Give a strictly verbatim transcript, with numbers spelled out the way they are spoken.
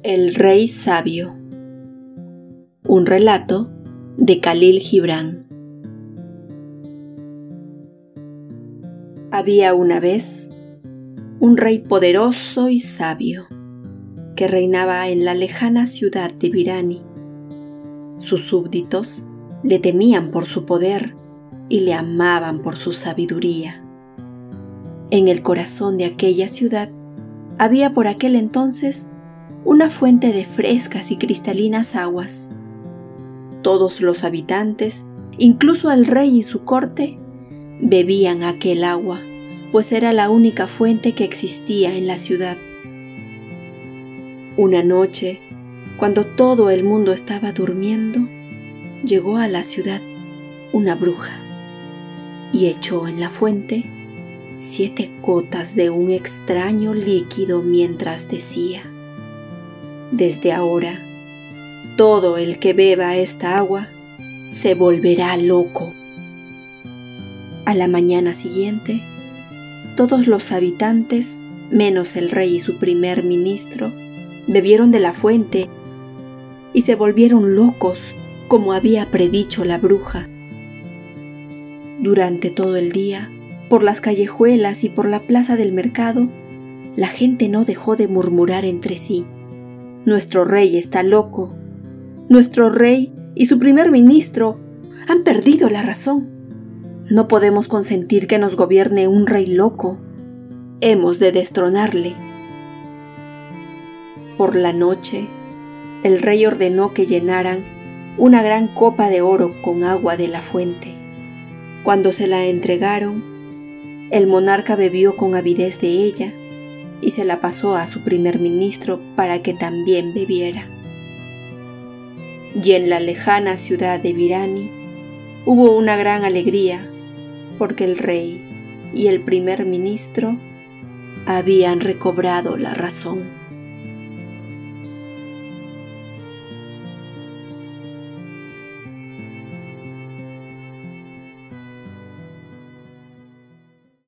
El rey sabio. Un relato de Khalil Gibran. Había una vez un rey poderoso y sabio que reinaba en la lejana ciudad de Virani. Sus súbditos le temían por su poder y le amaban por su sabiduría. En el corazón de aquella ciudad había por aquel entonces una fuente de frescas y cristalinas aguas. Todos los habitantes, incluso el rey y su corte, bebían aquel agua, pues era la única fuente que existía en la ciudad. Una noche, cuando todo el mundo estaba durmiendo, llegó a la ciudad una bruja y echó en la fuente siete gotas de un extraño líquido mientras decía: desde ahora, todo el que beba esta agua se volverá loco. A la mañana siguiente, todos los habitantes, menos el rey y su primer ministro, bebieron de la fuente y se volvieron locos, como había predicho la bruja. Durante todo el día, por las callejuelas y por la plaza del mercado, la gente no dejó de murmurar entre sí: nuestro rey está loco. Nuestro rey y su primer ministro han perdido la razón. No podemos consentir que nos gobierne un rey loco. Hemos de destronarle. Por la noche, el rey ordenó que llenaran una gran copa de oro con agua de la fuente. Cuando se la entregaron, el monarca bebió con avidez de ella y se la pasó a su primer ministro para que también bebiera. Y en la lejana ciudad de Virani hubo una gran alegría, porque el rey y el primer ministro habían recobrado la razón.